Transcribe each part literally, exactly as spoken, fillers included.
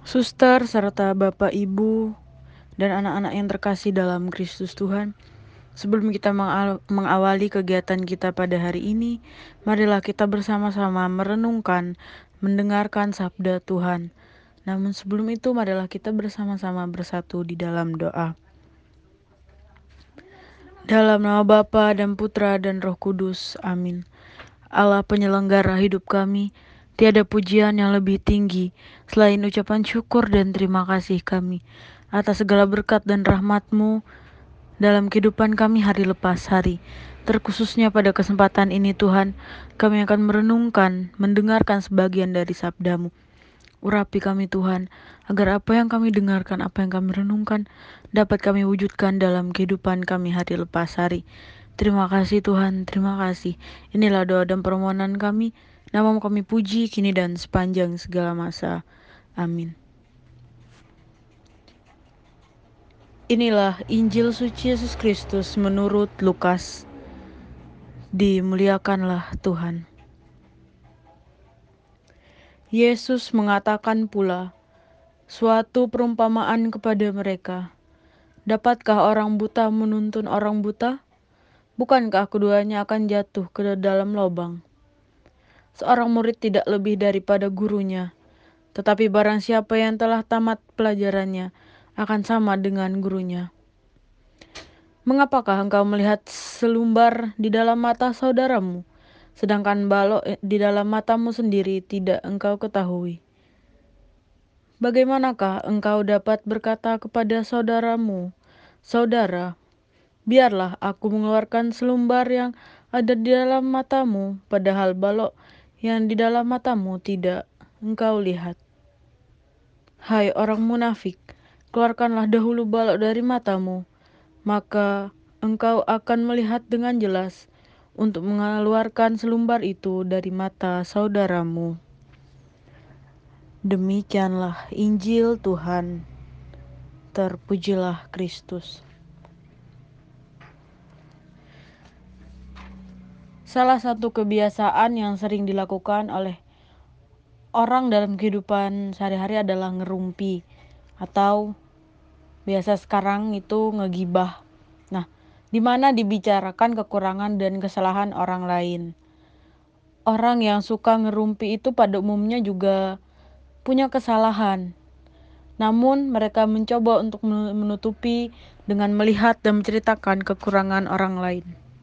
Suster serta Bapak Ibu dan anak-anak yang terkasih dalam Kristus Tuhan, sebelum kita mengawali kegiatan kita pada hari ini, marilah kita bersama-sama merenungkan, mendengarkan sabda Tuhan. Namun sebelum itu, marilah kita bersama-sama bersatu di dalam doa. Dalam nama Bapa dan Putra dan Roh Kudus, amin. Allah penyelenggara hidup kami, tiada pujian yang lebih tinggi selain ucapan syukur dan terima kasih kami atas segala berkat dan rahmat-Mu dalam kehidupan kami hari lepas hari. Terkhususnya pada kesempatan ini Tuhan, kami akan merenungkan, mendengarkan sebagian dari sabda-Mu. Urapi kami Tuhan, agar apa yang kami dengarkan, apa yang kami renungkan, dapat kami wujudkan dalam kehidupan kami hari lepas hari. Terima kasih Tuhan, terima kasih. Inilah doa dan permohonan kami, nama kami puji kini dan sepanjang segala masa. Amin. Inilah Injil suci Yesus Kristus menurut Lukas. Dimuliakanlah Tuhan. Yesus mengatakan pula suatu perumpamaan kepada mereka. Dapatkah orang buta menuntun orang buta? Bukankah keduanya akan jatuh ke dalam lubang? Seorang murid tidak lebih daripada gurunya, tetapi barang siapa yang telah tamat pelajarannya akan sama dengan gurunya. Mengapakah engkau melihat selumbar di dalam mata saudaramu, sedangkan balok di dalam matamu sendiri tidak engkau ketahui? Bagaimanakah engkau dapat berkata kepada saudaramu, "Saudara, biarlah aku mengeluarkan selumbar yang ada di dalam matamu," padahal balok yang di dalam matamu tidak engkau lihat? Hai orang munafik, keluarkanlah dahulu balok dari matamu, maka engkau akan melihat dengan jelas untuk mengeluarkan selumbar itu dari mata saudaramu. Demikianlah Injil Tuhan. Terpujilah Kristus. Salah satu kebiasaan yang sering dilakukan oleh orang dalam kehidupan sehari-hari adalah ngerumpi, atau biasa sekarang itu ngegibah. Nah, di mana dibicarakan kekurangan dan kesalahan orang lain. Orang yang suka ngerumpi itu pada umumnya juga punya kesalahan. Namun mereka mencoba untuk menutupi dengan melihat dan menceritakan kekurangan orang lain.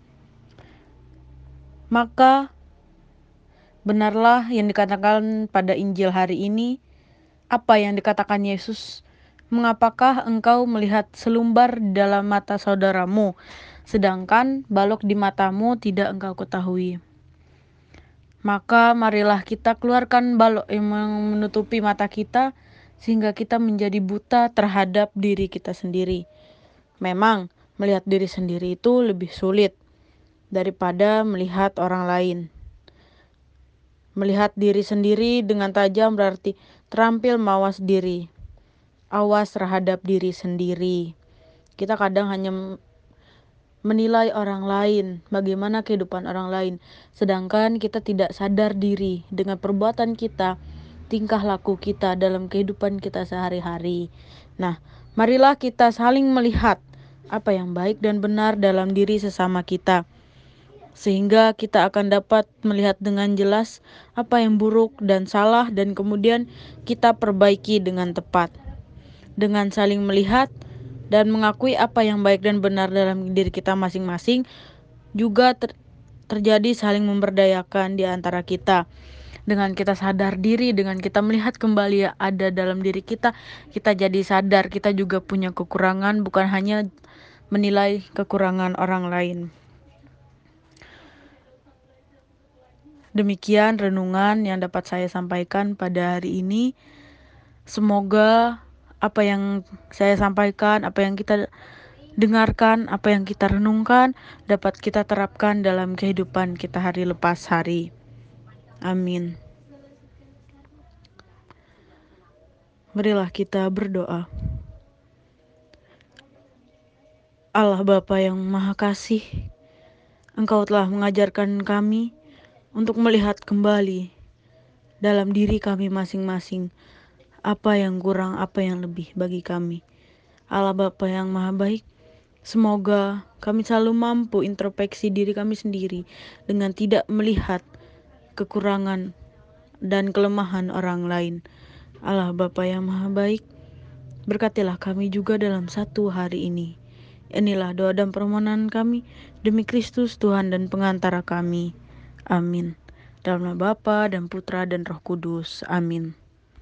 Maka benarlah yang dikatakan pada Injil hari ini, apa yang dikatakan Yesus, "Mengapakah engkau melihat selumbar di dalam mata saudaramu, sedangkan balok di matamu tidak engkau ketahui?" Maka marilah kita keluarkan balok yang menutupi mata kita, sehingga kita menjadi buta terhadap diri kita sendiri. Memang melihat diri sendiri itu lebih sulit daripada melihat orang lain. Melihat diri sendiri dengan tajam berarti terampil mawas diri, awas terhadap diri sendiri. Kita kadang hanya menilai orang lain, bagaimana kehidupan orang lain, sedangkan kita tidak sadar diri dengan perbuatan kita, tingkah laku kita dalam kehidupan kita sehari-hari. Nah, marilah kita saling melihat apa yang baik dan benar dalam diri sesama kita, sehingga kita akan dapat melihat dengan jelas apa yang buruk dan salah, dan kemudian kita perbaiki dengan tepat. Dengan saling melihat dan mengakui apa yang baik dan benar dalam diri kita masing-masing, juga ter- terjadi saling memberdayakan di antara kita. Dengan kita sadar diri, dengan kita melihat kembali yang ada dalam diri kita, kita jadi sadar kita juga punya kekurangan, bukan hanya menilai kekurangan orang lain. Demikian renungan yang dapat saya sampaikan pada hari ini. Semoga apa yang saya sampaikan, apa yang kita dengarkan, apa yang kita renungkan dapat kita terapkan dalam kehidupan kita hari lepas hari. Amin. Marilah kita berdoa. Allah Bapa yang Maha Kasih, Engkau telah mengajarkan kami untuk melihat kembali dalam diri kami masing-masing apa yang kurang, apa yang lebih bagi kami. Allah Bapa yang Maha Baik, semoga kami selalu mampu introspeksi diri kami sendiri dengan tidak melihat kekurangan dan kelemahan orang lain. Allah Bapa yang Maha Baik, berkatilah kami juga dalam satu hari ini. Inilah doa dan permohonan kami demi Kristus Tuhan dan pengantara kami. Amin. Dalam nama Bapa dan Putra dan Roh Kudus. Amin.